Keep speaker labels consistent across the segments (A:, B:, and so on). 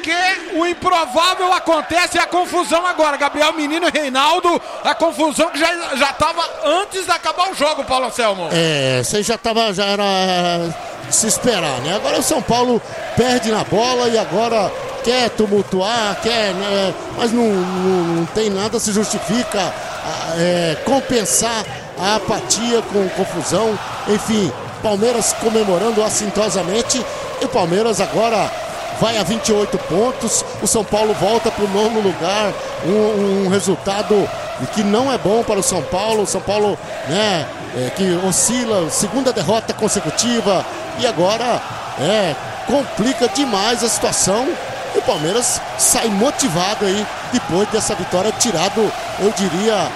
A: porque o improvável acontece, a confusão agora. Gabriel Menino e Reinaldo, a confusão que já estava antes de acabar o jogo, Paulo Anselmo.
B: Isso aí já era de se esperar, né? Agora o São Paulo perde na bola e agora quer tumultuar, né? Mas não tem nada, se justifica compensar a apatia com confusão. Enfim, Palmeiras comemorando assintosamente e o Palmeiras agora vai a 28 pontos. O São Paulo volta para o 9º lugar, um resultado que não é bom para o São Paulo. O São Paulo, né, que oscila, segunda derrota consecutiva e agora complica demais a situação. E o Palmeiras sai motivado aí depois dessa vitória, tirado, eu diria,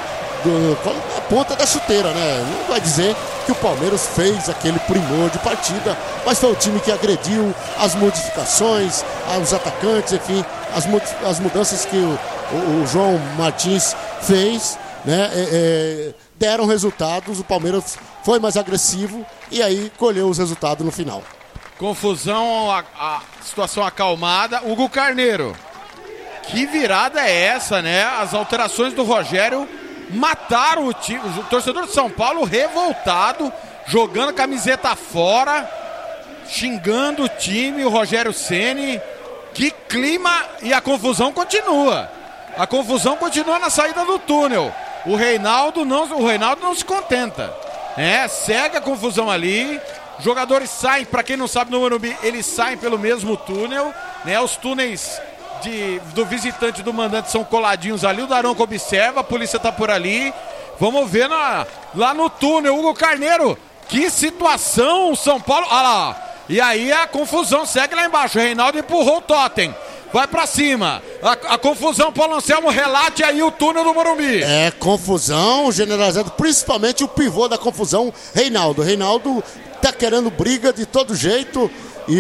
B: a ponta da chuteira, né? Não vai dizer que o Palmeiras fez aquele primor de partida, mas foi o time que agrediu, as modificações, os atacantes, enfim, as mudanças que o João Martins fez, né? Deram resultados. O Palmeiras foi mais agressivo e aí colheu os resultados no final.
A: Confusão, a situação acalmada. Hugo Carneiro, que virada é essa, né? As alterações do Rogério mataram o time. O torcedor de São Paulo revoltado, jogando camiseta fora, xingando o time, o Rogério Ceni. Que clima, e a confusão continua. A confusão continua na saída do túnel. O Reinaldo não se contenta. Segue a confusão ali. Jogadores saem, para quem não sabe, no Morumbi, eles saem pelo mesmo túnel, né? Os túneis do visitante e do mandante são coladinhos ali. O Daronco observa, a polícia tá por ali. Vamos ver lá no túnel. Hugo Carneiro, que situação, o São Paulo. Olha lá. E aí a confusão segue lá embaixo. O Reinaldo empurrou o Totem. Vai pra cima. A confusão, Paulo Anselmo, relate aí o túnel do Morumbi.
B: Confusão generalizada, principalmente o pivô da confusão, Reinaldo. Reinaldo tá querendo briga de todo jeito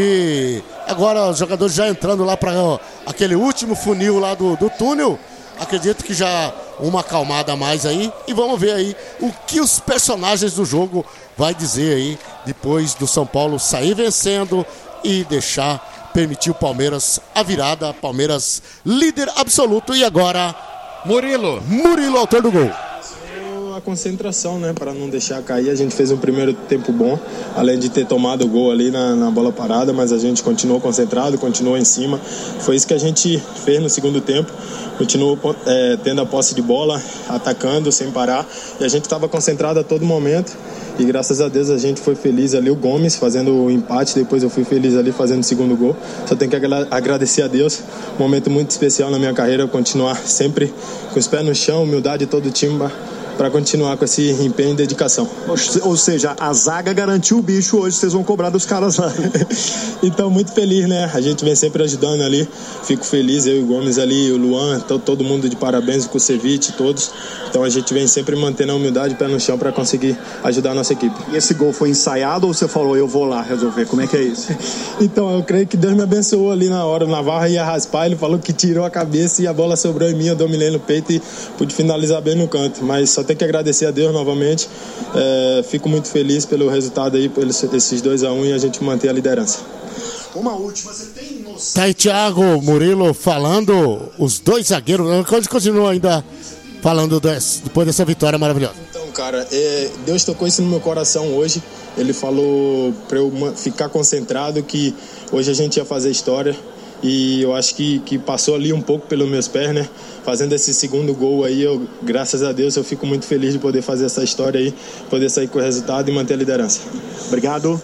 B: e agora os jogadores já entrando lá para aquele último funil lá do túnel. Acredito que já uma acalmada a mais aí e vamos ver aí o que os personagens do jogo vai dizer aí depois do São Paulo sair vencendo e permitir o Palmeiras a virada. Palmeiras líder absoluto e agora
A: Murilo,
B: autor do gol.
C: A concentração, né, para não deixar cair. A gente fez um primeiro tempo bom, além de ter tomado o gol ali na bola parada, mas a gente continuou concentrado, continuou em cima. Foi isso que a gente fez no segundo tempo. Continuou tendo a posse de bola, atacando sem parar, e a gente estava concentrado a todo momento. E graças a Deus a gente foi feliz ali, o Gomes fazendo o empate, depois eu fui feliz ali fazendo o segundo gol. Só tenho que agradecer a Deus, um momento muito especial na minha carreira, continuar sempre com os pés no chão, humildade de todo o time para continuar com esse empenho e dedicação.
D: Ou seja, a zaga garantiu o bicho, hoje vocês vão cobrar dos caras lá.
C: Então, muito feliz, né? A gente vem sempre ajudando ali, fico feliz, eu e o Gomes ali, o Luan, todo mundo de parabéns, o Kusevich, todos. Então a gente vem sempre mantendo a humildade, pé no chão, para conseguir ajudar a nossa equipe.
D: E esse gol foi ensaiado ou você falou, eu vou lá resolver? Como é que é isso?
C: Então, eu creio que Deus me abençoou ali na hora. O Navarro ia raspar, ele falou que tirou a cabeça e a bola sobrou em mim, eu dominei no peito e pude finalizar bem no canto. Mas só tenho que agradecer a Deus novamente. Fico muito feliz pelo resultado aí, por esses 2-1 e a gente manter a liderança.
D: Uma última, você tem noção?
B: Tá aí Thiago Murilo falando, os dois zagueiros, continua ainda falando depois dessa vitória maravilhosa.
C: Então, cara, Deus tocou isso no meu coração hoje. Ele falou para eu ficar concentrado, que hoje a gente ia fazer história. E eu acho que passou ali um pouco pelos meus pés, né? Fazendo esse segundo gol aí, graças a Deus, eu fico muito feliz de poder fazer essa história aí, poder sair com o resultado e manter a liderança.
D: Obrigado.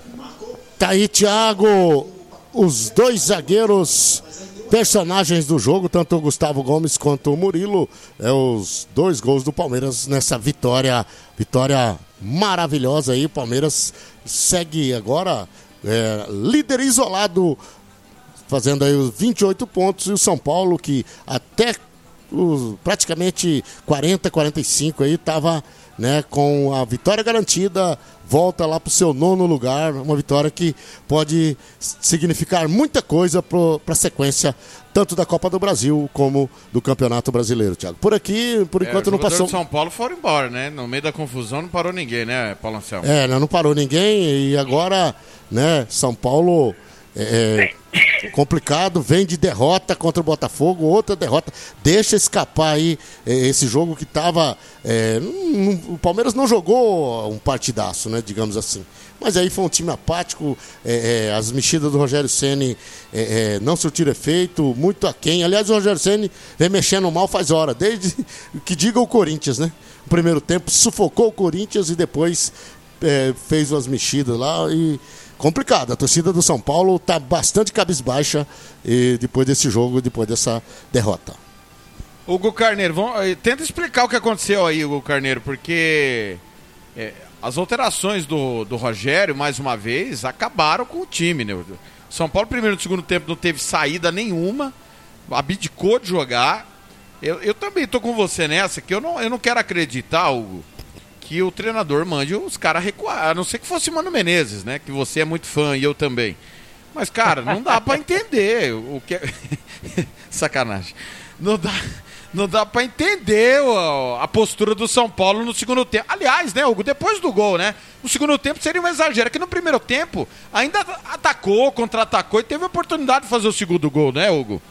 B: Tá aí, Thiago, os dois zagueiros personagens do jogo, tanto o Gustavo Gomes quanto o Murilo, os dois gols do Palmeiras nessa vitória maravilhosa aí. O Palmeiras segue agora líder isolado, fazendo aí os 28 pontos, e o São Paulo, que até praticamente 40, 45 aí estava, né, com a vitória garantida, volta lá para o seu 9º lugar, uma vitória que pode significar muita coisa para a sequência, tanto da Copa do Brasil como do Campeonato Brasileiro, Thiago. Por aqui, por enquanto não passou.
A: Os São Paulo foram embora, né? No meio da confusão não parou ninguém, né, Paulo Anselmo?
B: Não parou ninguém, e agora, né, São Paulo complicado, vem de derrota contra o Botafogo, outra derrota, deixa escapar aí esse jogo que estava... o Palmeiras não jogou um partidaço, né, digamos assim. Mas aí foi um time apático, as mexidas do Rogério Ceni não surtiram efeito, muito aquém. Aliás, o Rogério Ceni vem mexendo mal faz hora, desde que diga o Corinthians, né? No primeiro tempo sufocou o Corinthians e depois fez umas mexidas lá e... complicado, a torcida do São Paulo está bastante cabisbaixa depois desse jogo, depois dessa derrota.
A: Hugo Carneiro, tenta explicar o que aconteceu aí, Hugo Carneiro, porque as alterações do Rogério, mais uma vez, acabaram com o time, né? São Paulo, primeiro e segundo tempo, não teve saída nenhuma, abdicou de jogar. Eu também tô com você nessa, que eu não quero acreditar, Hugo, que o treinador mande os caras recuar, a não ser que fosse Mano Menezes, né? Que você é muito fã e eu também. Mas, cara, não dá pra entender o que é... Sacanagem. Não dá pra entender a postura do São Paulo no segundo tempo. Aliás, né, Hugo, depois do gol, né? No segundo tempo seria um exagero, que no primeiro tempo ainda atacou, contra-atacou e teve a oportunidade de fazer o segundo gol, né, Hugo?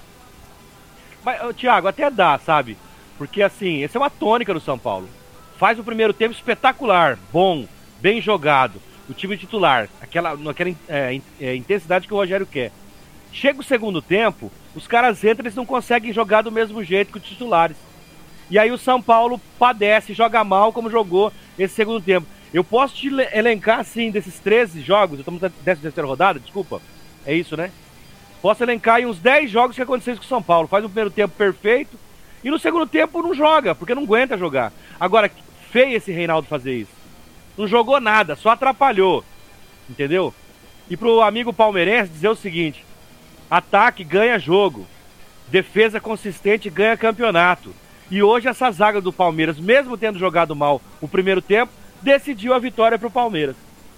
E: Mas, Thiago, até dá, sabe? Porque, assim, essa é uma tônica do São Paulo. Faz o primeiro tempo espetacular, bom, bem jogado. O time titular, naquela intensidade que o Rogério quer. Chega o segundo tempo, os caras entram e eles não conseguem jogar do mesmo jeito que os titulares. E aí o São Paulo padece, joga mal como jogou esse segundo tempo. Eu posso te elencar, assim, desses 13 jogos, estamos na 13ª rodada, desculpa, é isso, né? Posso elencar aí uns 10 jogos que aconteceram com o São Paulo. Faz o primeiro tempo perfeito e no segundo tempo não joga, porque não aguenta jogar. Agora, feio esse Reinaldo fazer isso. Não jogou nada, só atrapalhou. Entendeu? E pro amigo palmeirense dizer o seguinte: ataque ganha jogo, defesa consistente ganha campeonato. E hoje essa zaga do Palmeiras, mesmo tendo jogado mal o primeiro tempo, decidiu a vitória pro Palmeiras.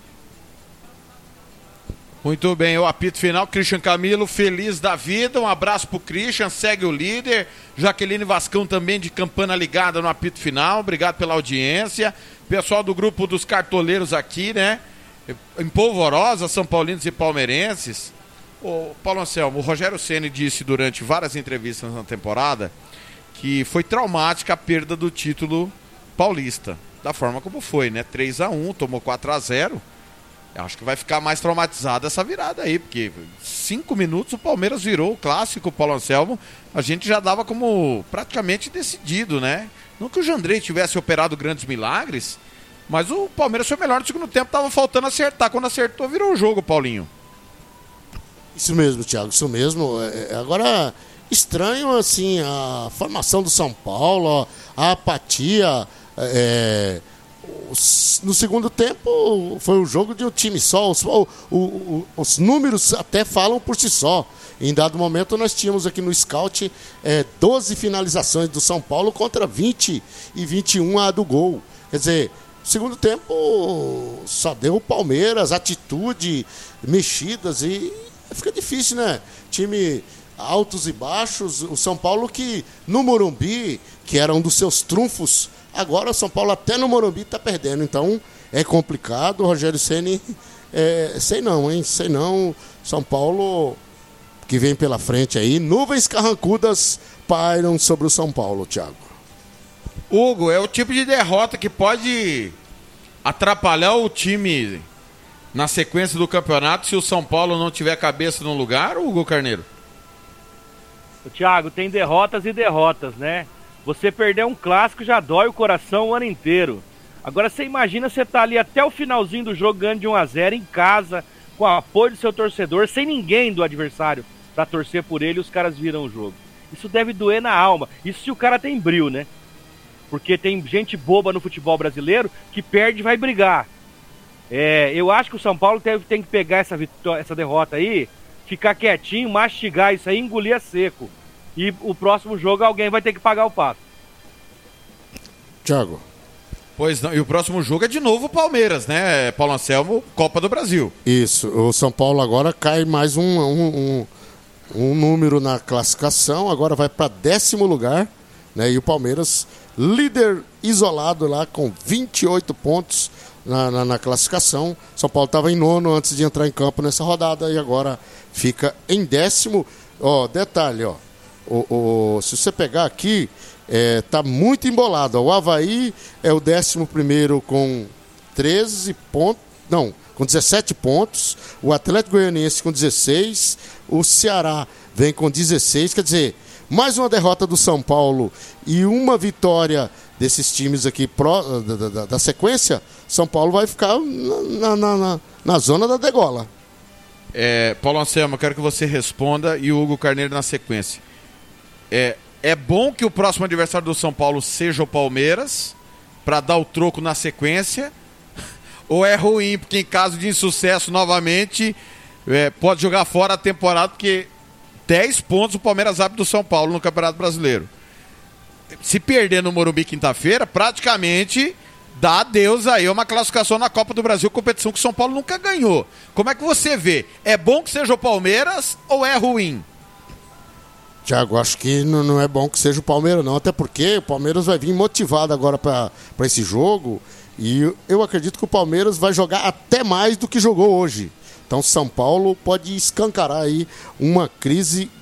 A: Muito bem, o apito final, Christian Camilo, feliz da vida, um abraço pro Christian, segue o líder, Jaqueline Vascão também de campana ligada no apito final, obrigado pela audiência, pessoal do grupo dos cartoleiros aqui, né, em polvorosa, São Paulinos e palmeirenses. O Paulo Anselmo, o Rogério Ceni disse durante várias entrevistas na temporada que foi traumática a perda do título paulista, da forma como foi, né, 3-1, tomou 4-0. Eu acho que vai ficar mais traumatizada essa virada aí, porque 5 minutos o Palmeiras virou o clássico, Paulo Anselmo. A gente já dava como praticamente decidido, né? Não que o Jandrei tivesse operado grandes milagres, mas o Palmeiras foi melhor no segundo tempo, tava faltando acertar. Quando acertou, virou o jogo, Paulinho.
B: Isso mesmo, Thiago, isso mesmo. Agora, estranho, assim, a formação do São Paulo, a apatia... No segundo tempo foi um jogo de um time só. Os números até falam por si só. Em dado momento nós tínhamos aqui no Scout 12 finalizações do São Paulo contra 20 e 21 a do gol. Quer dizer, segundo tempo só deu o Palmeiras, atitude, mexidas e fica difícil, né? Time altos e baixos. O São Paulo que no Morumbi, que era um dos seus trunfos, agora o São Paulo até no Morumbi está perdendo, então é complicado. O Rogério Ceni, sei não, São Paulo que vem pela frente aí, nuvens carrancudas pairam sobre o São Paulo, Thiago.
A: Hugo, é o tipo de derrota que pode atrapalhar o time na sequência do campeonato se o São Paulo não tiver cabeça no lugar, Hugo Carneiro?
E: Thiago, tem derrotas e derrotas, né? Você perder um clássico já dói o coração o ano inteiro. Agora você imagina você tá ali até o finalzinho do jogo ganhando de 1-0 em casa, com o apoio do seu torcedor, sem ninguém do adversário pra torcer por ele, e os caras viram o jogo. Isso deve doer na alma. Isso se o cara tem brio, né? Porque tem gente boba no futebol brasileiro que perde e vai brigar. Eu acho que o São Paulo tem que pegar essa derrota aí, ficar quietinho, mastigar isso aí, engolir a seco. E o próximo jogo alguém vai ter que pagar o pato.
B: Thiago.
A: Pois não, e o próximo jogo é de novo o Palmeiras, né, Paulo Anselmo, Copa do Brasil.
B: Isso, o São Paulo agora cai mais um número na classificação, agora vai para 10º lugar, né, e o Palmeiras líder isolado lá com 28 pontos na classificação. São Paulo estava em 9º antes de entrar em campo nessa rodada e agora fica em 10º. Ó, detalhe, ó. Se você pegar aqui, tá muito embolado. Ó. O Avaí é o 11º com 13 pontos. Não, com 17 pontos. O Atlético Goianiense com 16. O Ceará vem com 16. Quer dizer, mais uma derrota do São Paulo e uma vitória desses times aqui da sequência. São Paulo vai ficar na zona da degola.
A: Paulo Anselmo, eu quero que você responda e o Hugo Carneiro na sequência. É bom que o próximo adversário do São Paulo seja o Palmeiras, para dar o troco na sequência, ou é ruim, porque em caso de insucesso novamente, pode jogar fora a temporada, porque 10 pontos o Palmeiras abre do São Paulo no Campeonato Brasileiro. Se perder no Morumbi quinta-feira, praticamente dá adeus aí uma classificação na Copa do Brasil, competição que o São Paulo nunca ganhou. Como é que você vê? É bom que seja o Palmeiras ou é ruim?
B: Tiago, acho que não é bom que seja o Palmeiras não, até porque o Palmeiras vai vir motivado agora para esse jogo e eu acredito que o Palmeiras vai jogar até mais do que jogou hoje. Então São Paulo pode escancarar aí uma crise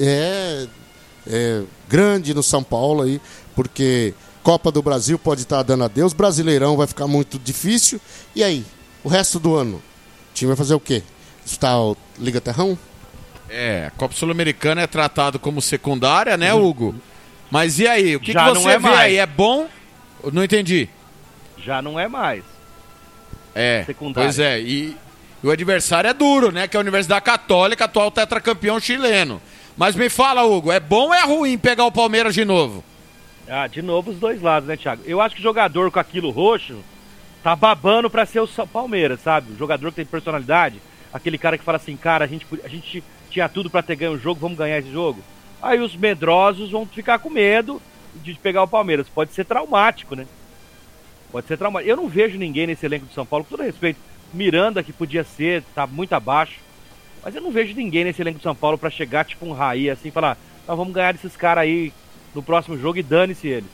B: grande no São Paulo aí, porque Copa do Brasil pode estar dando adeus, Brasileirão vai ficar muito difícil, e aí, o resto do ano, o time vai fazer o quê? Está o Liga Terrão?
A: A Copa Sul-Americana é tratado como secundária, né, Hugo? Mas e aí, o que você vê aí? É bom? Eu não entendi.
E: Já não é mais. Secundária.
A: Pois e o adversário é duro, né, que é a Universidade Católica, atual tetracampeão chileno. Mas me fala, Hugo, é bom ou é ruim pegar o Palmeiras de novo?
E: De novo os dois lados, né, Thiago? Eu acho que o jogador com aquilo roxo tá babando pra ser o Palmeiras, sabe? O jogador que tem personalidade, aquele cara que fala assim, cara, a gente tinha tudo pra ter ganho o jogo, vamos ganhar esse jogo. Aí os medrosos vão ficar com medo de pegar o Palmeiras. Pode ser traumático, né? Pode ser traumático. Eu não vejo ninguém nesse elenco do São Paulo, com todo respeito. Miranda, que podia ser, tá muito abaixo. Mas eu não vejo ninguém nesse elenco do São Paulo pra chegar tipo um Raí assim e falar, nós vamos ganhar desses caras aí no próximo jogo e dane-se eles.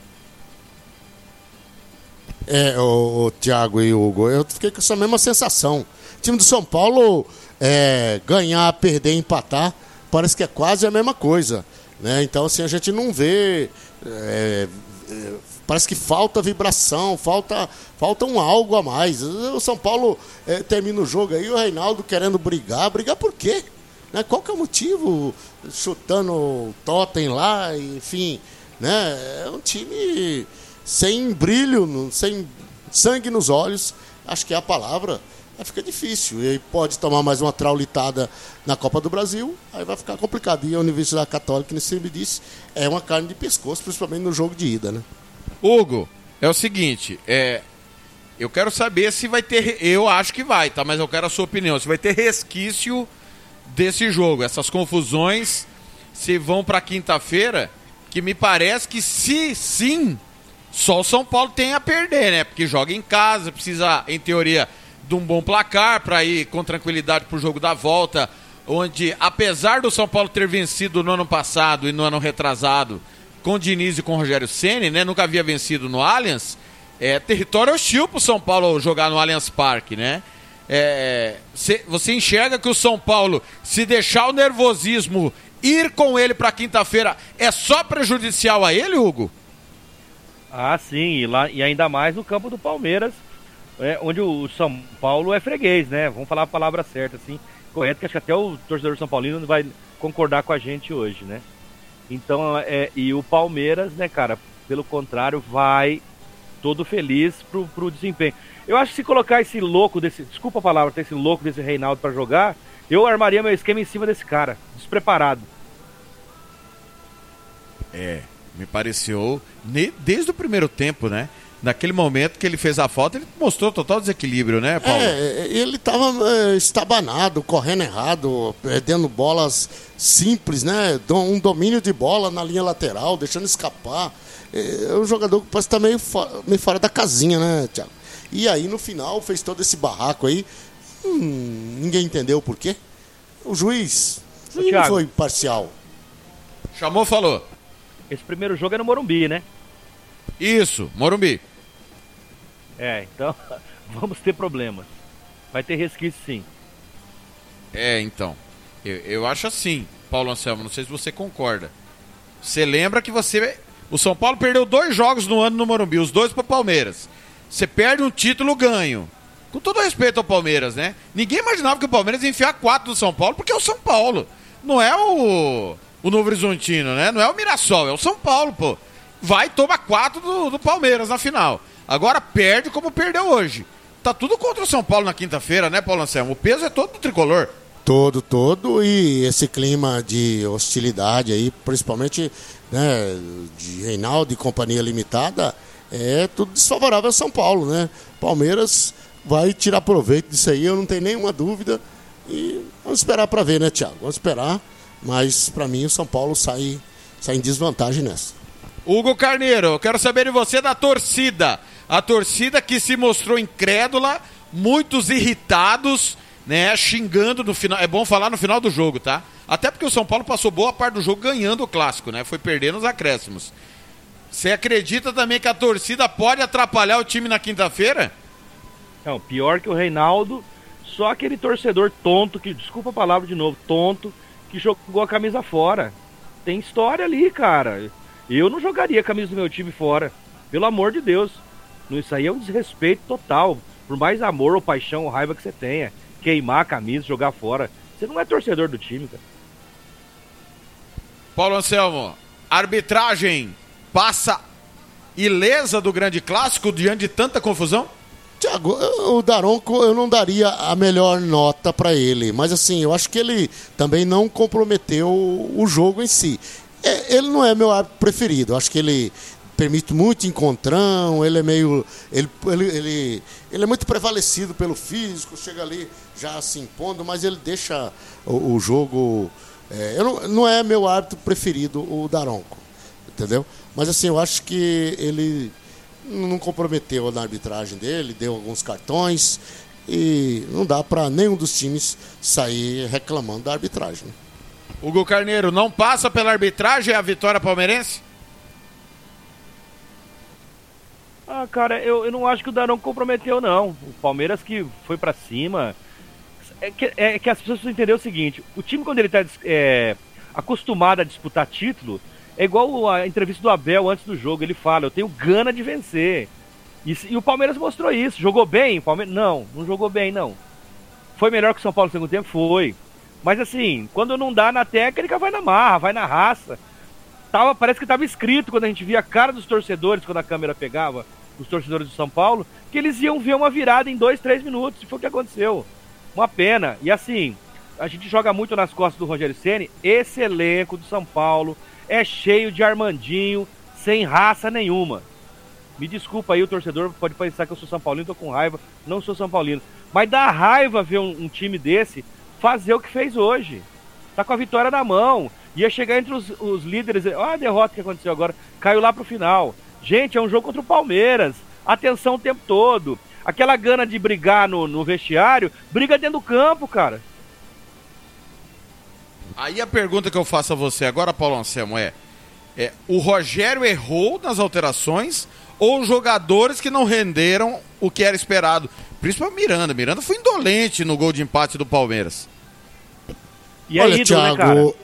B: O Thiago e o Hugo, eu fiquei com essa mesma sensação. O time do São Paulo ganhar, perder, empatar, parece que é quase a mesma coisa, né? Então assim, a gente não vê, parece que falta vibração, falta um algo a mais. O São Paulo termina o jogo aí, o Reinaldo querendo brigar por quê? Né? Qual que é o motivo? Chutando o totem lá, enfim, né? É um time sem brilho, sem sangue nos olhos, acho que é a palavra. Aí fica difícil, e pode tomar mais uma traulitada na Copa do Brasil, aí vai ficar complicado. E a Universidade Católica, como você me disse, é uma carne de pescoço, principalmente no jogo de ida, né?
A: Hugo, é o seguinte, eu quero saber se vai ter, eu acho que vai, tá? Mas eu quero a sua opinião, se vai ter resquício desse jogo, essas confusões, se vão para quinta-feira, que me parece que se sim, só o São Paulo tem a perder, né? Porque joga em casa, precisa, em teoria, de um bom placar para ir com tranquilidade pro jogo da volta, onde, apesar do São Paulo ter vencido no ano passado e no ano retrasado, com o Diniz e com o Rogério Ceni, né? Nunca havia vencido no Allianz. Território hostil pro São Paulo jogar no Allianz Parque, né? Você enxerga que o São Paulo, se deixar o nervosismo ir com ele pra quinta-feira, é só prejudicial a ele, Hugo?
E: Ah, sim, e ainda mais no campo do Palmeiras, onde o São Paulo é freguês, né? Vamos falar a palavra certa, assim, correto, que acho que até o torcedor São Paulino vai concordar com a gente hoje, né? Então, e o Palmeiras, né, cara, pelo contrário, vai todo feliz pro desempenho. Eu acho que se colocar esse louco desculpa a palavra, esse louco desse Reinaldo pra jogar, eu armaria meu esquema em cima desse cara, despreparado.
A: Me pareceu, desde o primeiro tempo, né? Naquele momento que ele fez a falta, ele mostrou total desequilíbrio, né, Paulo?
B: Ele estava estabanado, correndo errado, perdendo bolas simples, né? Um domínio de bola na linha lateral, deixando escapar. É um jogador que parece estar meio fora da casinha, né, Thiago? E aí, no final, fez todo esse barraco aí. Ninguém entendeu o porquê. O juiz não foi parcial.
A: Chamou, falou.
E: Esse primeiro jogo é no Morumbi, né?
A: Isso, Morumbi.
E: Então vamos ter problemas. Vai ter resquício, sim.
A: Então. Eu acho assim, Paulo Anselmo, não sei se você concorda. Você lembra que o São Paulo perdeu 2 jogos no ano no Morumbi, os 2 pro Palmeiras. Você perde um título ganho. Com todo respeito ao Palmeiras, né? Ninguém imaginava que o Palmeiras ia enfiar 4 do São Paulo, porque é o São Paulo. Não é o Novo Horizontino, né? Não é o Mirassol, é o São Paulo, pô. Vai e toma 4 do Palmeiras na final. Agora perde como perdeu hoje. Tá tudo contra o São Paulo na quinta-feira, né, Paulo Anselmo? O peso é todo do tricolor.
B: Todo, e esse clima de hostilidade aí, principalmente, né, de Reinaldo e Companhia Limitada, é tudo desfavorável ao São Paulo, né? Palmeiras vai tirar proveito disso aí, eu não tenho nenhuma dúvida. E vamos esperar para ver, né, Thiago? Vamos esperar, mas para mim o São Paulo sai em desvantagem nessa.
A: Hugo Carneiro, eu quero saber de você da torcida. A torcida que se mostrou incrédula, muitos irritados, né, xingando no final. É bom falar no final do jogo, tá? Até porque o São Paulo passou boa parte do jogo ganhando o clássico, né? Foi perdendo os acréscimos. Você acredita também que a torcida pode atrapalhar o time na quinta-feira?
E: Não, pior que o Reinaldo, só aquele torcedor tonto, que, desculpa a palavra de novo, tonto, que jogou a camisa fora. Tem história ali, cara. Eu não jogaria a camisa do meu time fora. Pelo amor de Deus. Isso aí é um desrespeito total. Por mais amor ou paixão ou raiva que você tenha. Queimar a camisa, jogar fora. Você não é torcedor do time, cara.
A: Paulo Anselmo, arbitragem passa ilesa do grande clássico diante de tanta confusão?
B: Thiago, o Daronco eu não daria a melhor nota para ele, mas assim, eu acho que ele também não comprometeu o jogo em si. Ele não é meu árbitro preferido, eu acho que ele permite muito encontrão, ele é meio. Ele é muito prevalecido pelo físico, chega ali já se impondo, mas ele deixa o jogo. Não é meu árbitro preferido, o Daronco, entendeu? Mas assim, eu acho que ele não comprometeu na arbitragem dele, deu alguns cartões e não dá para nenhum dos times sair reclamando da arbitragem.
A: Hugo Carneiro, não passa pela arbitragem a vitória palmeirense?
E: Ah, cara, eu não acho que o Daronco comprometeu, não. O Palmeiras que foi pra cima. É que as pessoas precisam entender o seguinte: o time, quando ele tá acostumado a disputar título, é igual a entrevista do Abel antes do jogo. Ele fala: eu tenho gana de vencer. E o Palmeiras mostrou isso. Jogou bem? O Palmeiras? Não jogou bem, não. Foi melhor que o São Paulo no segundo tempo? Foi. Mas assim, quando não dá na técnica, vai na marra, vai na raça. Parece que estava escrito quando a gente via a cara dos torcedores, quando a câmera pegava os torcedores do São Paulo, que eles iam ver uma virada em 2, 3 minutos. E foi o que aconteceu. Uma pena. E assim, a gente joga muito nas costas do Rogério Ceni. Esse elenco do São Paulo é cheio de Armandinho, sem raça nenhuma. Me desculpa aí, o torcedor pode pensar que eu sou São Paulino, tô com raiva. Não sou São Paulino. Mas dá raiva ver um time desse fazer o que fez hoje. Tá com a vitória na mão. Ia chegar entre os líderes. Olha a derrota que aconteceu agora. Caiu lá pro final. Gente, é um jogo contra o Palmeiras. Atenção o tempo todo. Aquela gana de brigar no vestiário, briga dentro do campo, cara.
A: Aí a pergunta que eu faço a você agora, Paulo Anselmo, o Rogério errou nas alterações ou os jogadores que não renderam o que era esperado? Principalmente Miranda. Miranda foi indolente no gol de empate do Palmeiras.
E: E é ídolo, Thiago, né, cara?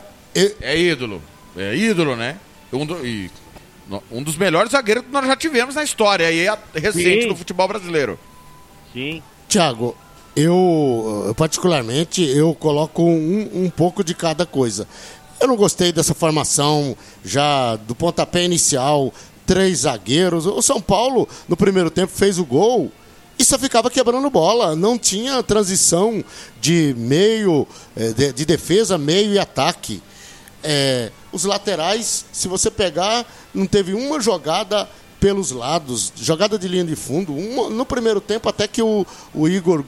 A: É ídolo, né? Um dos melhores zagueiros que nós já tivemos na história aí recente do futebol brasileiro.
E: Sim.
B: Thiago, eu particularmente eu coloco um pouco de cada coisa. Eu não gostei dessa formação já do pontapé inicial, 3 zagueiros. O São Paulo no primeiro tempo fez o gol e só ficava quebrando bola. Não tinha transição de meio, de defesa, meio e ataque. Os laterais, se você pegar, não teve uma jogada pelos lados, jogada de linha de fundo. No primeiro tempo, até que o Igor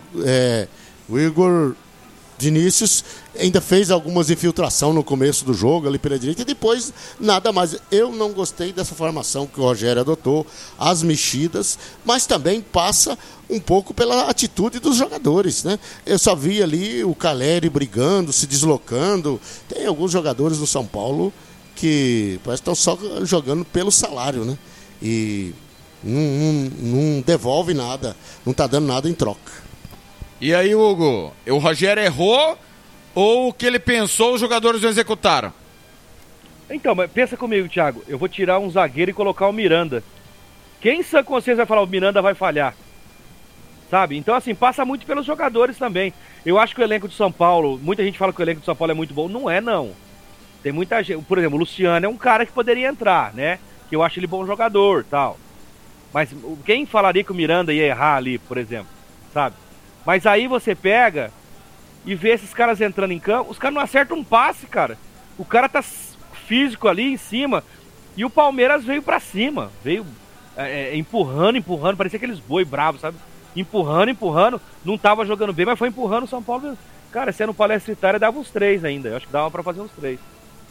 B: Vinícius ainda fez algumas infiltrações no começo do jogo ali pela direita e depois nada mais. Eu não gostei dessa formação que o Rogério adotou, as mexidas, mas também passa um pouco pela atitude dos jogadores, né? Eu só vi ali o Caleri brigando, se deslocando. Tem alguns jogadores do São Paulo que parece que estão só jogando pelo salário, né? E não devolve nada, não está dando nada em troca.
A: E aí, Hugo, o Rogério errou ou o que ele pensou os jogadores não executaram?
E: Então, mas pensa comigo, Thiago. Eu vou tirar um zagueiro e colocar o Miranda. Quem em sã consciência vai falar o Miranda vai falhar? Sabe? Então, assim, passa muito pelos jogadores também. Eu acho que o elenco de São Paulo, muita gente fala que o elenco de São Paulo é muito bom. Não é, não. Tem muita gente, por exemplo, o Luciano é um cara que poderia entrar, né? Que eu acho ele bom jogador, tal. Mas quem falaria que o Miranda ia errar ali, por exemplo, sabe? Mas aí você pega e vê esses caras entrando em campo, os caras não acertam um passe, cara. O cara tá físico ali em cima e o Palmeiras veio pra cima, veio empurrando, parecia aqueles boi bravos, sabe? Empurrando, não tava jogando bem, mas foi empurrando o São Paulo. Cara, se é no Palestra Itália, dava uns 3 ainda, eu acho que dava pra fazer uns 3.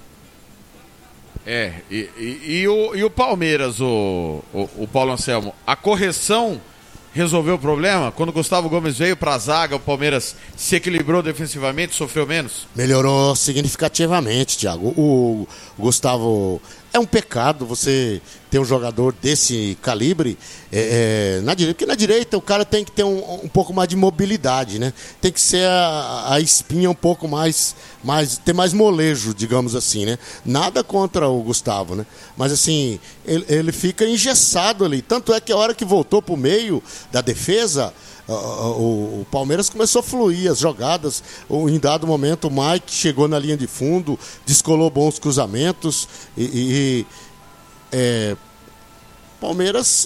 A: E o Palmeiras, o Paulo Anselmo, a correção resolveu o problema? Quando o Gustavo Gomes veio pra zaga, o Palmeiras se equilibrou defensivamente, sofreu menos?
B: Melhorou significativamente, Thiago. O Gustavo... É um pecado você ter um jogador desse calibre na direita, porque na direita o cara tem que ter um pouco mais de mobilidade, né? Tem que ser a espinha um pouco mais ter mais molejo, digamos assim, né? Nada contra o Gustavo, né? Mas assim, ele fica engessado ali. Tanto é que a hora que voltou pro meio da defesa, o Palmeiras começou a fluir as jogadas. Em dado momento o Mike chegou na linha de fundo, descolou bons cruzamentos Palmeiras,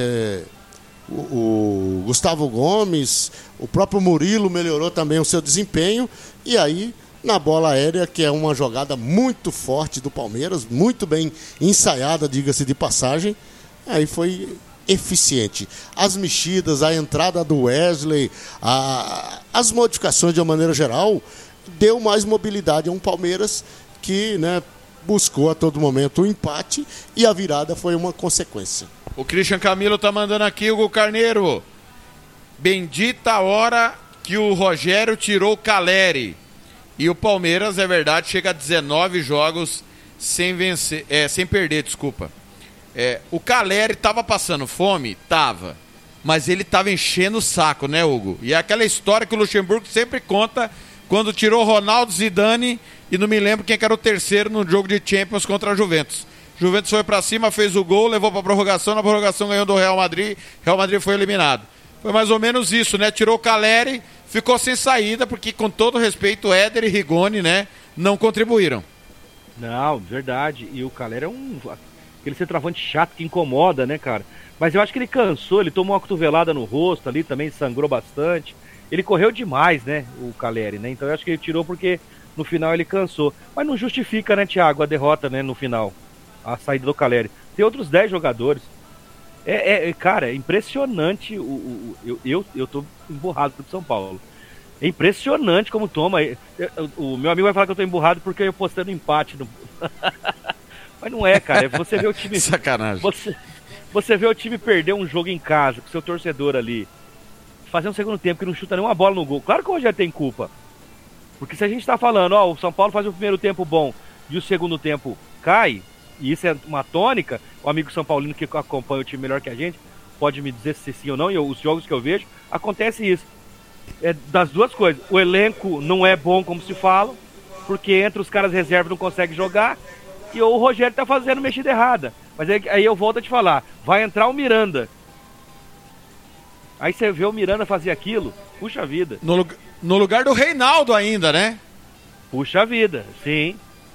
B: o Gustavo Gomes, o próprio Murilo melhorou também o seu desempenho. E aí, na bola aérea, que é uma jogada muito forte do Palmeiras, muito bem ensaiada, diga-se de passagem, aí foi eficiente. As mexidas, a entrada do Wesley, as modificações de uma maneira geral, deu mais mobilidade a um Palmeiras que, né, buscou a todo momento o empate e a virada foi uma consequência.
A: O Christian Camilo tá mandando aqui, Hugo Carneiro. Bendita a hora que o Rogério tirou o Caleri. E o Palmeiras, é verdade, chega a 19 jogos sem vencer, sem perder, desculpa. O Caleri tava passando fome? Tava. Mas ele tava enchendo o saco, né, Hugo? E é aquela história que o Luxemburgo sempre conta quando tirou Ronaldo, Zidane e não me lembro quem que era o terceiro no jogo de Champions contra a Juventus. Juventus foi pra cima, fez o gol, levou pra prorrogação, na prorrogação ganhou do Real Madrid foi eliminado. Foi mais ou menos isso, né? Tirou o Caleri, ficou sem saída, porque com todo respeito, Éder e Rigoni, né, não contribuíram.
E: Não, verdade. E o Caleri é aquele centroavante chato que incomoda, né, cara? Mas eu acho que ele cansou, ele tomou uma cotovelada no rosto ali, também sangrou bastante. Ele correu demais, né, o Caleri, né? Então eu acho que ele tirou porque no final ele cansou. Mas não justifica, né, Thiago, a derrota, né, no final. A saída do Caleri. Tem outros 10 jogadores. Cara, é impressionante. Eu tô emburrado pro São Paulo. É impressionante como toma. O meu amigo vai falar que eu tô emburrado porque eu postei no empate. Mas não é, cara. Você vê o time...
A: Sacanagem.
E: Você vê o time perder um jogo em casa, com seu torcedor ali. Fazer um segundo tempo que não chuta nenhuma bola no gol. Claro que o Rogério tem culpa. Porque se a gente tá falando, ó, o São Paulo faz o primeiro tempo bom e o segundo tempo cai, e isso é uma tônica, o amigo São Paulino que acompanha o time melhor que a gente pode me dizer se sim ou não, e os jogos que eu vejo, acontece isso. É das duas coisas. O elenco não é bom como se fala, porque entre os caras reservas não consegue jogar, e o Rogério tá fazendo mexida errada. Mas aí eu volto a te falar, vai entrar o Miranda. Aí você vê o Miranda fazer aquilo, puxa vida.
A: No lugar do Reinaldo ainda, né?
E: Puxa vida, sim.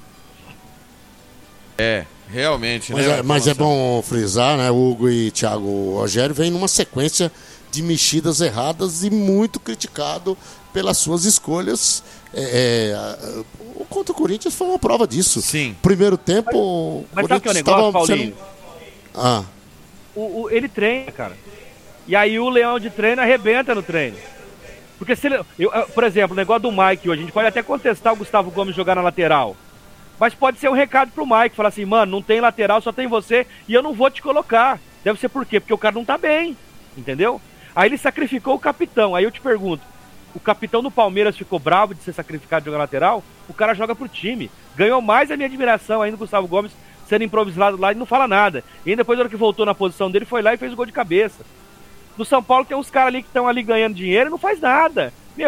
A: Realmente,
B: mas
A: né?
B: Mas é bom frisar, né, Hugo e Thiago, o Rogério vem numa sequência de mexidas erradas e muito criticado pelas suas escolhas. Contra o Corinthians foi uma prova disso.
A: Sim.
B: Primeiro tempo...
E: Mas sabe o que é o negócio, Paulinho?
B: Sendo...
E: Ele treina, cara. E aí o Leão de treino arrebenta no treino. Porque se ele... por exemplo, o negócio do Mike hoje, a gente pode até contestar o Gustavo Gomes jogar na lateral. Mas pode ser um recado pro Mike, falar assim, mano, não tem lateral, só tem você e eu não vou te colocar. Deve ser por quê? Porque o cara não tá bem, entendeu? Aí ele sacrificou o capitão. Aí eu te pergunto, o capitão do Palmeiras ficou bravo de ser sacrificado de jogar lateral? O cara joga pro time. Ganhou mais a minha admiração ainda o Gustavo Gomes sendo improvisado lá e não fala nada. E aí depois, na hora que voltou na posição dele, foi lá e fez o gol de cabeça. No São Paulo tem uns caras ali que estão ali ganhando dinheiro e não faz nada. Meu,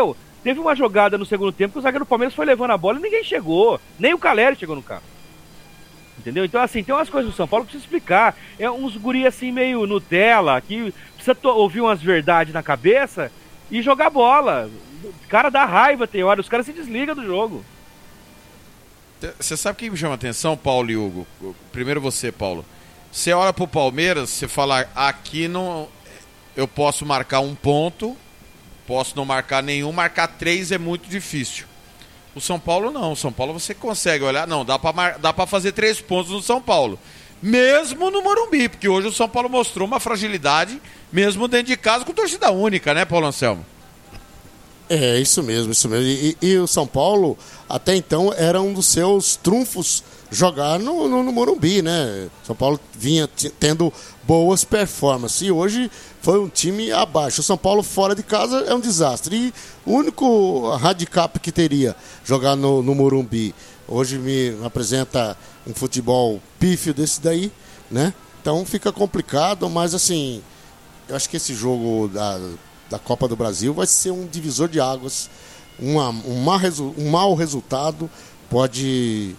E: Teve uma jogada no segundo tempo que o zagueiro do Palmeiras foi levando a bola e ninguém chegou. Nem o Caleri chegou no campo. Entendeu? Então, assim, tem umas coisas do São Paulo que precisa explicar. É uns guri assim, meio Nutella, que precisa ouvir umas verdades na cabeça e jogar bola. O cara dá raiva, tem hora, os caras se desligam do jogo.
A: Você sabe o que me chama a atenção, Paulo e Hugo? Primeiro você, Paulo. Você olha pro Palmeiras, você fala, aqui não, eu posso marcar um ponto, posso não marcar nenhum, marcar 3 é muito difícil. O São Paulo não, o São Paulo você consegue olhar, não, dá pra fazer 3 pontos no São Paulo. Mesmo no Morumbi, porque hoje o São Paulo mostrou uma fragilidade, mesmo dentro de casa, com torcida única, né, Paulo Anselmo?
B: É, isso mesmo, isso mesmo. E o São Paulo, até então, era um dos seus trunfos jogar no Morumbi, né? São Paulo vinha tendo boas performances e hoje foi um time abaixo. O São Paulo fora de casa é um desastre. E o único handicap que teria jogar no Morumbi hoje me apresenta um futebol pífio desse daí, né? Então fica complicado, mas assim, eu acho que esse jogo da Copa do Brasil vai ser um divisor de águas. Um mau resultado pode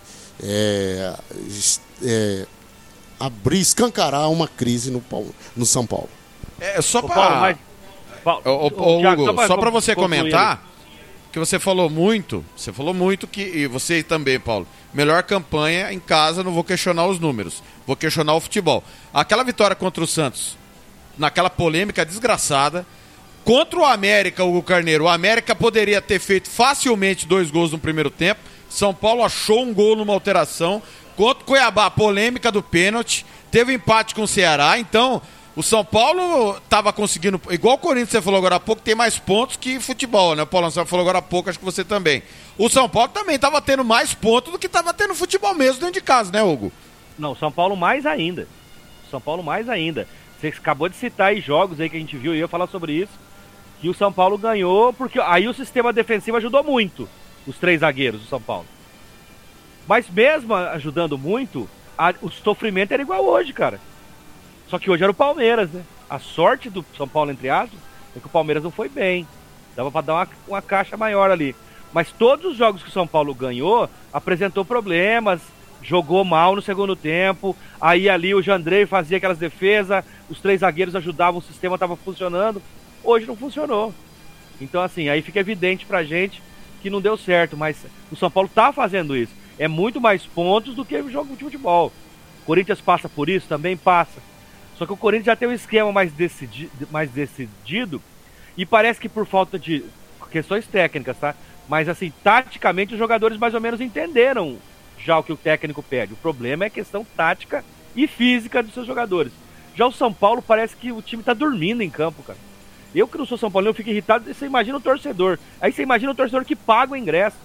B: escancarar uma crise no São Paulo.
A: Só para Hugo, só para você comentar que você falou muito que, e você também, Paulo, melhor campanha em casa, não vou questionar os números, vou questionar o futebol. Aquela vitória contra o Santos, naquela polêmica desgraçada, contra o América, Hugo Carneiro, o América poderia ter feito facilmente 2 gols no primeiro tempo. São Paulo achou um gol numa alteração. Contra o Cuiabá, polêmica do pênalti. Teve empate com o Ceará. Então, o São Paulo estava conseguindo, igual o Corinthians, você falou agora há pouco, tem mais pontos que futebol, né? O Paulo Anselmo falou agora há pouco, acho que você também. O São Paulo também estava tendo mais pontos do que estava tendo futebol mesmo dentro de casa, né, Hugo?
E: Não, o São Paulo mais ainda. São Paulo mais ainda. Você acabou de citar aí jogos aí que a gente viu e eu ia falar sobre isso. Que o São Paulo ganhou, porque aí o sistema defensivo ajudou muito os 3 zagueiros do São Paulo. Mas mesmo ajudando muito, o sofrimento era igual hoje, cara. Só que hoje era o Palmeiras, né? A sorte do São Paulo, entre aspas, é que o Palmeiras não foi bem. Dava pra dar uma caixa maior ali. Mas todos os jogos que o São Paulo ganhou, apresentou problemas, jogou mal no segundo tempo. Aí ali o Jandrei fazia aquelas defesas, os 3 zagueiros ajudavam, o sistema estava funcionando. Hoje não funcionou. Então, assim, aí fica evidente pra gente que não deu certo, mas o São Paulo tá fazendo isso. É muito mais pontos do que o jogo de futebol. O Corinthians passa por isso? Também passa. Só que o Corinthians já tem um esquema mais decidido e parece que por falta de questões técnicas, tá? Mas, assim, taticamente os jogadores mais ou menos entenderam já o que o técnico pede. O problema é a questão tática e física dos seus jogadores. Já o São Paulo parece que o time tá dormindo em campo, cara. Eu que não sou São Paulo, eu fico irritado. Você imagina o torcedor. Aí você imagina o torcedor que paga o ingresso.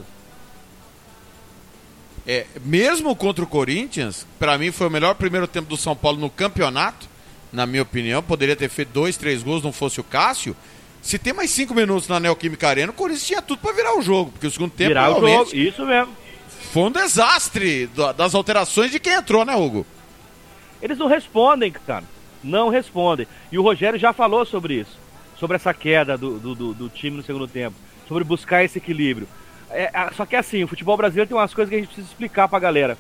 A: Mesmo contra o Corinthians, pra mim foi o melhor primeiro tempo do São Paulo no campeonato, na minha opinião. Poderia ter feito 2, 3 gols, não fosse o Cássio. Se tem mais 5 minutos na Neoquímica Arena, o Corinthians tinha tudo pra virar o jogo, porque o segundo tempo
E: virar
A: realmente
E: o jogo, isso mesmo.
A: Foi um desastre das alterações de quem entrou, né, Hugo?
E: Eles não respondem, cara. Não respondem. E o Rogério já falou sobre isso. Sobre essa queda do time no segundo tempo. Sobre buscar esse equilíbrio. Só que assim, o futebol brasileiro tem umas coisas que a gente precisa explicar pra galera.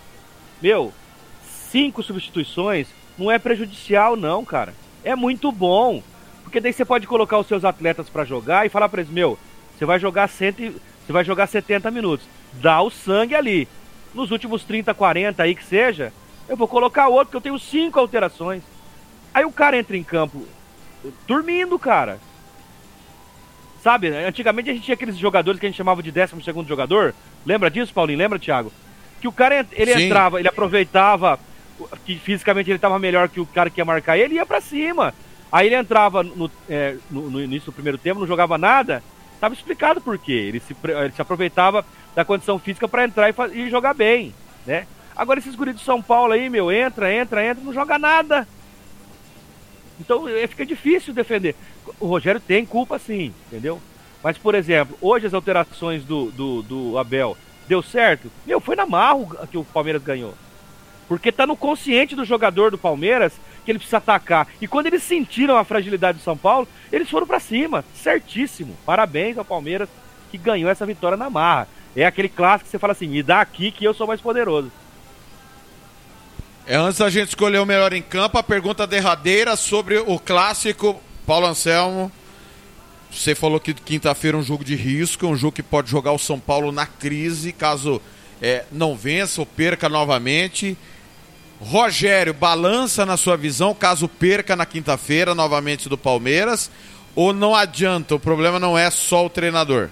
E: 5 substituições não é prejudicial não, cara. É muito bom. Porque daí você pode colocar os seus atletas pra jogar e falar pra eles, você vai jogar 70 minutos. Dá o sangue ali. Nos últimos 30, 40 aí que seja, eu vou colocar outro, porque eu tenho 5 alterações. Aí o cara entra em campo dormindo, cara. Sabe, antigamente a gente tinha aqueles jogadores que a gente chamava de 12º jogador. Lembra disso, Paulinho? Lembra, Thiago? Que o cara, ele
A: Sim.
E: entrava, ele aproveitava que fisicamente ele estava melhor que o cara que ia marcar ele e ia pra cima. Aí ele entrava no início do primeiro tempo, não jogava nada. Tava explicado por quê. Ele se aproveitava da condição física para entrar e jogar bem, né? Agora esses guris do São Paulo aí, entra, não joga nada. Então fica difícil defender. O Rogério tem culpa sim, entendeu? Mas, por exemplo, hoje as alterações do Abel deu certo? Foi na marra que o Palmeiras ganhou. Porque tá no consciente do jogador do Palmeiras que ele precisa atacar. E quando eles sentiram a fragilidade do São Paulo, eles foram pra cima. Certíssimo. Parabéns ao Palmeiras que ganhou essa vitória na marra. É aquele clássico que você fala assim, me dá aqui que eu sou mais poderoso.
A: Antes da gente escolher o melhor em campo, a pergunta derradeira sobre o clássico. Paulo Anselmo, você falou que quinta-feira é um jogo de risco, um jogo que pode jogar o São Paulo na crise, caso não vença ou perca novamente. Rogério, balança na sua visão, caso perca na quinta-feira novamente do Palmeiras, ou não adianta, o problema não é só o treinador?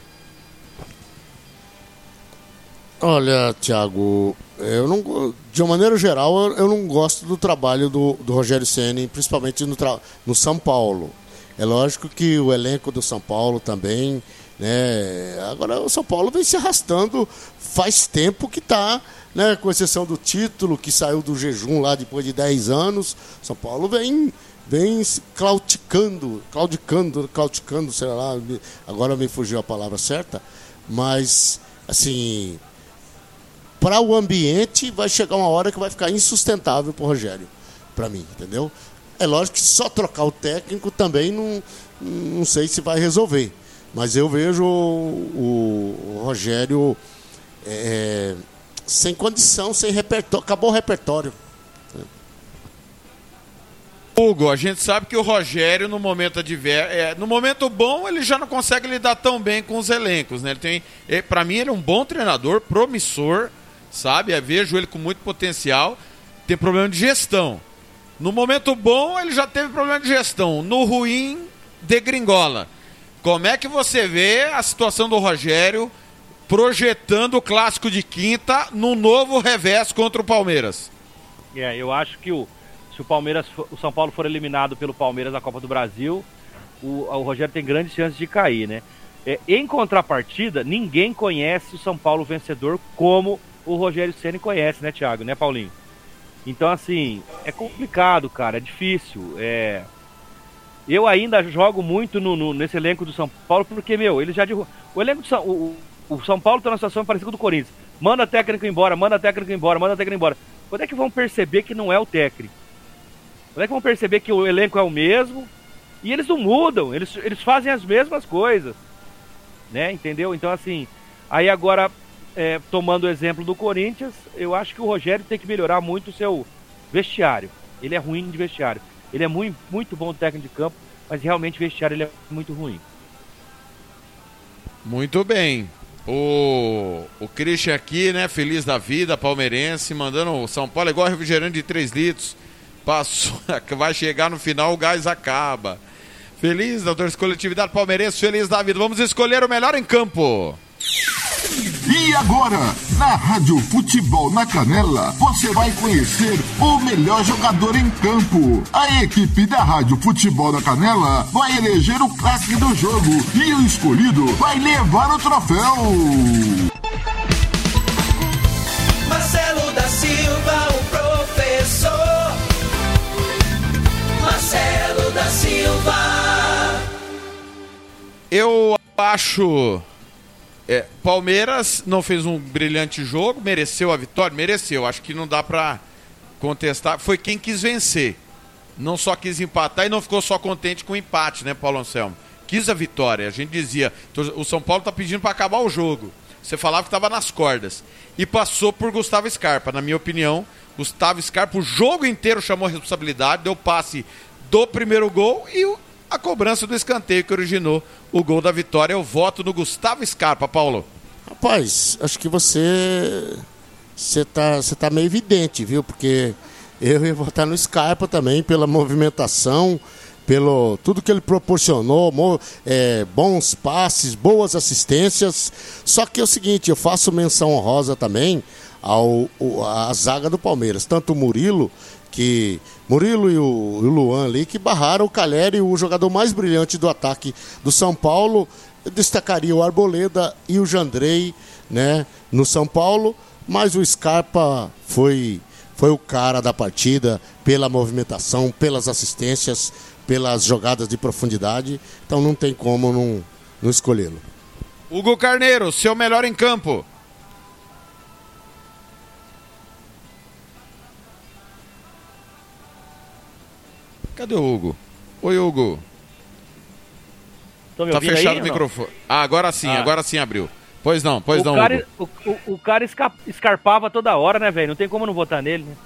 B: Olha, Thiago, de uma maneira geral, eu não gosto do trabalho do Rogério Ceni, principalmente no São Paulo. É lógico que o elenco do São Paulo também, né? Agora o São Paulo vem se arrastando faz tempo que está, né? Com exceção do título, que saiu do jejum lá depois de 10 anos, São Paulo vem claudicando, sei lá, agora me fugiu a palavra certa, mas, assim, para o ambiente vai chegar uma hora que vai ficar insustentável para o Rogério, para mim, entendeu? É lógico que só trocar o técnico também não sei se vai resolver, mas eu vejo o Rogério sem condição, sem repertório, acabou o repertório.
A: Hugo, a gente sabe que o Rogério no momento no momento bom ele já não consegue lidar tão bem com os elencos, né? Para mim ele é um bom treinador, promissor, sabe? Eu vejo ele com muito potencial, tem problema de gestão. No momento bom ele já teve problema de gestão, no ruim degringola. Como é que você vê a situação do Rogério projetando o clássico de quinta num novo revés contra o Palmeiras?
E: Eu acho que se o São Paulo for eliminado pelo Palmeiras na Copa do Brasil, o Rogério tem grandes chances de cair, né? Em contrapartida, ninguém conhece o São Paulo vencedor como o Rogério Ceni conhece, né, Thiago? Né, Paulinho? Então, assim, é complicado, cara, é difícil. Eu ainda jogo muito nesse elenco do São Paulo, porque, ele já... O elenco do o São Paulo está numa situação parecida com o do Corinthians. Manda técnico embora, manda técnico embora, manda técnico embora. Quando é que vão perceber que não é o técnico? Quando é que vão perceber que o elenco é o mesmo? E eles não mudam, eles fazem as mesmas coisas, né? Entendeu? Então, assim, aí agora, tomando o exemplo do Corinthians, eu acho que o Rogério tem que melhorar muito o seu vestiário. Ele é ruim de vestiário. Ele é muito, muito bom técnico de campo, mas realmente vestiário ele é muito ruim.
A: Muito bem. O Christian aqui, né, feliz da vida, palmeirense, mandando o São Paulo igual refrigerante de 3 litros. Passou, vai chegar no final, o gás acaba. Feliz, doutor, coletividade palmeirense, feliz da vida. Vamos escolher o melhor em campo.
F: E agora, na Rádio Futebol na Canela, você vai conhecer o melhor jogador em campo. A equipe da Rádio Futebol na Canela vai eleger o craque do jogo e o escolhido vai levar o troféu.
G: Marcelo da Silva, o professor. Marcelo da Silva.
A: Eu acho... Palmeiras não fez um brilhante jogo, mereceu a vitória? Mereceu, acho que não dá pra contestar. Foi quem quis vencer, não só quis empatar e não ficou só contente com o empate, né, Paulo Anselmo? Quis a vitória, a gente dizia, o São Paulo tá pedindo pra acabar o jogo. Você falava que tava nas cordas. E passou por Gustavo Scarpa, na minha opinião. Gustavo Scarpa o jogo inteiro chamou a responsabilidade, deu passe do primeiro gol e a cobrança do escanteio que originou o gol da vitória. Eu voto no Gustavo Scarpa, Paulo.
B: Rapaz, acho que você tá meio evidente, viu? Porque eu ia votar no Scarpa também, pela movimentação, pelo tudo que ele proporcionou, bons passes, boas assistências. Só que é o seguinte, eu faço menção honrosa também à zaga do Palmeiras, tanto o Murilo e o Luan ali, que barraram o Calleri, o jogador mais brilhante do ataque do São Paulo. Eu destacaria o Arboleda e o Jandrei, né, no São Paulo, mas o Scarpa foi o cara da partida, pela movimentação, pelas assistências, pelas jogadas de profundidade, então não tem como não escolhê-lo.
A: Hugo Carneiro, seu melhor em campo. Cadê o Hugo? Oi, Hugo.
E: Estão me
A: Tá
E: ouvindo
A: fechado
E: aí,
A: o
E: ou não?
A: microfone. Agora sim abriu. Pois não, Hugo.
E: O cara escarpava toda hora, né, velho? Não tem como não votar nele, né?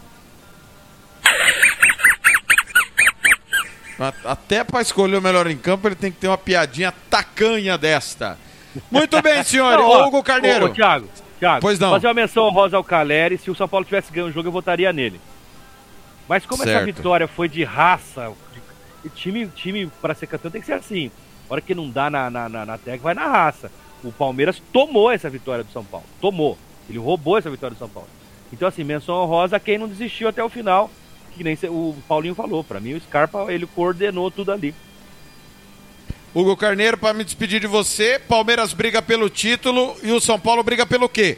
A: Até pra escolher o melhor em campo, ele tem que ter uma piadinha tacanha desta. Muito bem, senhor. Hugo Carneiro.
E: Thiago,
A: pois não.
E: fazer uma menção honrosa ao Caleri. Se o São Paulo tivesse ganho o jogo, eu votaria nele. Mas como essa vitória foi de raça, time para ser campeão tem que ser assim. A hora que não dá na técnica, vai na raça. O Palmeiras tomou essa vitória do São Paulo. Tomou. Ele roubou essa vitória do São Paulo. Então, assim, menção honrosa a quem não desistiu até o final. Que nem o Paulinho falou. Pra mim, o Scarpa, ele coordenou tudo ali.
A: Hugo Carneiro, para me despedir de você, Palmeiras briga pelo título e o São Paulo briga pelo quê?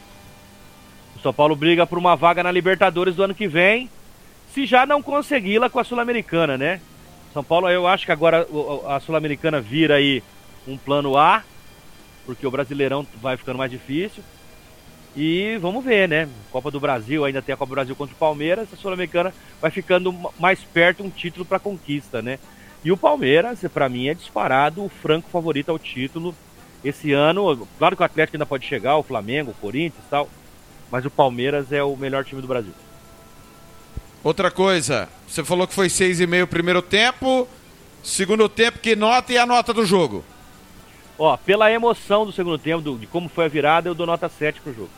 E: O São Paulo briga por uma vaga na Libertadores do ano que vem, se já não consegui-la com a Sul-Americana, né? São Paulo, eu acho que agora a Sul-Americana vira aí um plano A, porque o Brasileirão vai ficando mais difícil. E vamos ver, né? Copa do Brasil, ainda tem a Copa do Brasil contra o Palmeiras, a Sul-Americana vai ficando mais perto um título para conquista, né? E o Palmeiras, para mim, é disparado o franco favorito ao título esse ano. Claro que o Atlético ainda pode chegar, o Flamengo, o Corinthians e tal, mas o Palmeiras é o melhor time do Brasil.
A: Outra coisa, você falou que foi 6,5 o primeiro tempo, segundo tempo, que nota e a nota do jogo?
E: Ó, pela emoção do segundo tempo, de como foi a virada, eu dou nota 7 pro jogo.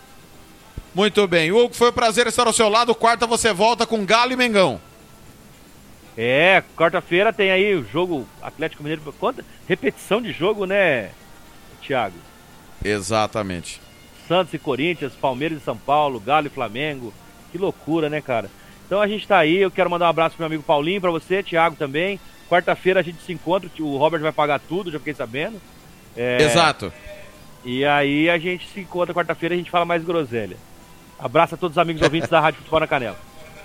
A: Muito bem. Hugo, foi um prazer estar ao seu lado. Quarta você volta com Galo e Mengão.
E: Quarta-feira tem aí o jogo Atlético Mineiro. Quanta repetição de jogo, né, Thiago?
A: Exatamente.
E: Santos e Corinthians, Palmeiras e São Paulo, Galo e Flamengo. Que loucura, né, cara? Então a gente tá aí. Eu quero mandar um abraço pro meu amigo Paulinho, pra você, Thiago também. Quarta-feira a gente se encontra. O Robert vai pagar tudo, já fiquei sabendo.
A: Exato.
E: E aí a gente se encontra quarta-feira e a gente fala mais groselha. Abraço a todos os amigos ouvintes da Rádio Futebol na Canela.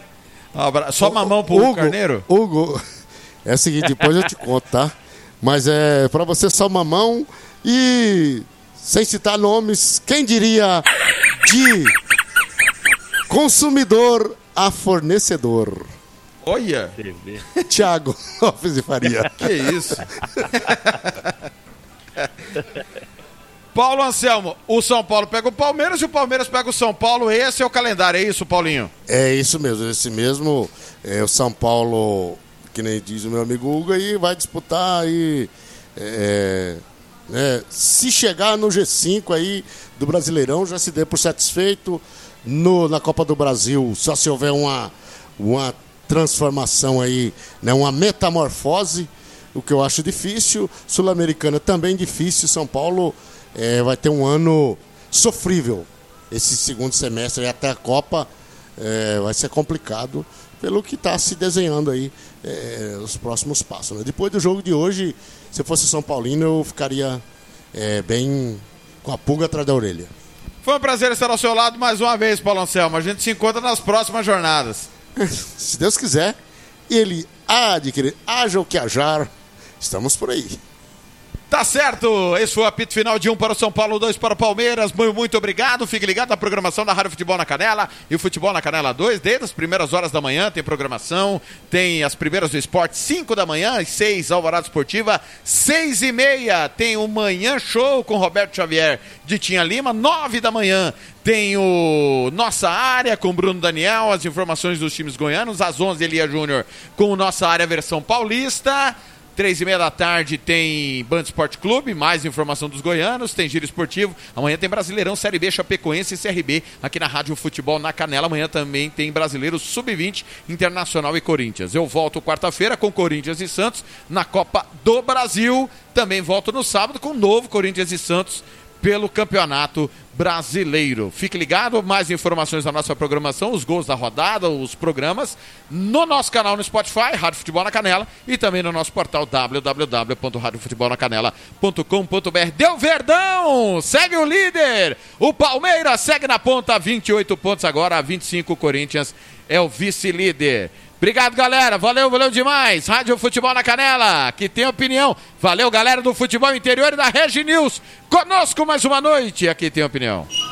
A: Só mamão pro Hugo Carneiro?
B: Hugo, é o seguinte, depois eu te conto, tá? Mas é pra você só mamão e, sem citar nomes, quem diria de consumidor a fornecedor?
A: Olha!
B: Thiago Lopes de Faria.
A: Que isso? Paulo Anselmo, o São Paulo pega o Palmeiras e o Palmeiras pega o São Paulo. Esse é o calendário, é isso, Paulinho?
B: É isso mesmo, esse mesmo. O São Paulo, que nem diz o meu amigo Hugo, aí vai disputar aí. Se chegar no G5 aí do Brasileirão, já se dê por satisfeito. Na Copa do Brasil, só se houver uma transformação aí, né, uma metamorfose, o que eu acho difícil. Sul-Americana também difícil. São Paulo vai ter um ano sofrível. Esse segundo semestre até a Copa vai ser complicado pelo que está se desenhando aí os próximos passos, né? Depois do jogo de hoje, se eu fosse São Paulino, eu ficaria bem com a pulga atrás da orelha.
A: Foi um prazer estar ao seu lado mais uma vez, Paulo Anselmo. A gente se encontra nas próximas jornadas.
B: Se Deus quiser, ele há de querer, haja o que hajar, estamos por aí.
A: Tá certo, esse foi o apito final de 1 para o São Paulo, 2 para o Palmeiras. Muito obrigado, fique ligado na programação da Rádio Futebol na Canela e o Futebol na Canela 2, desde as primeiras horas da manhã tem programação, tem as primeiras do esporte, 5 da manhã, às 6, Alvorada Esportiva, 6h30, tem o Manhã Show com Roberto Xavier de Tinha Lima, 9 da manhã. Tem o Nossa Área com Bruno Daniel, as informações dos times goianos, às 11 Elia Júnior com o Nossa Área versão paulista. 3h30 da tarde tem Band Esporte Clube, mais informação dos goianos, tem Giro Esportivo, amanhã tem Brasileirão, Série B, Chapecoense e CRB, aqui na Rádio Futebol na Canela, amanhã também tem Brasileiro Sub-20, Internacional e Corinthians. Eu volto quarta-feira com Corinthians e Santos na Copa do Brasil, também volto no sábado com o novo Corinthians e Santos pelo Campeonato Brasileiro. Fique ligado, mais informações da nossa programação, os gols da rodada, os programas, no nosso canal no Spotify, Rádio Futebol na Canela, e também no nosso portal www.radiofutebolnacanela.com.br. Deu Verdão! Segue o líder! O Palmeiras segue na ponta, 28 pontos agora, 25 o Corinthians é o vice-líder. Obrigado, galera. Valeu demais. Rádio Futebol na Canela, que tem opinião. Valeu, galera do Futebol Interior e da Regi News. Conosco mais uma noite. Aqui tem opinião.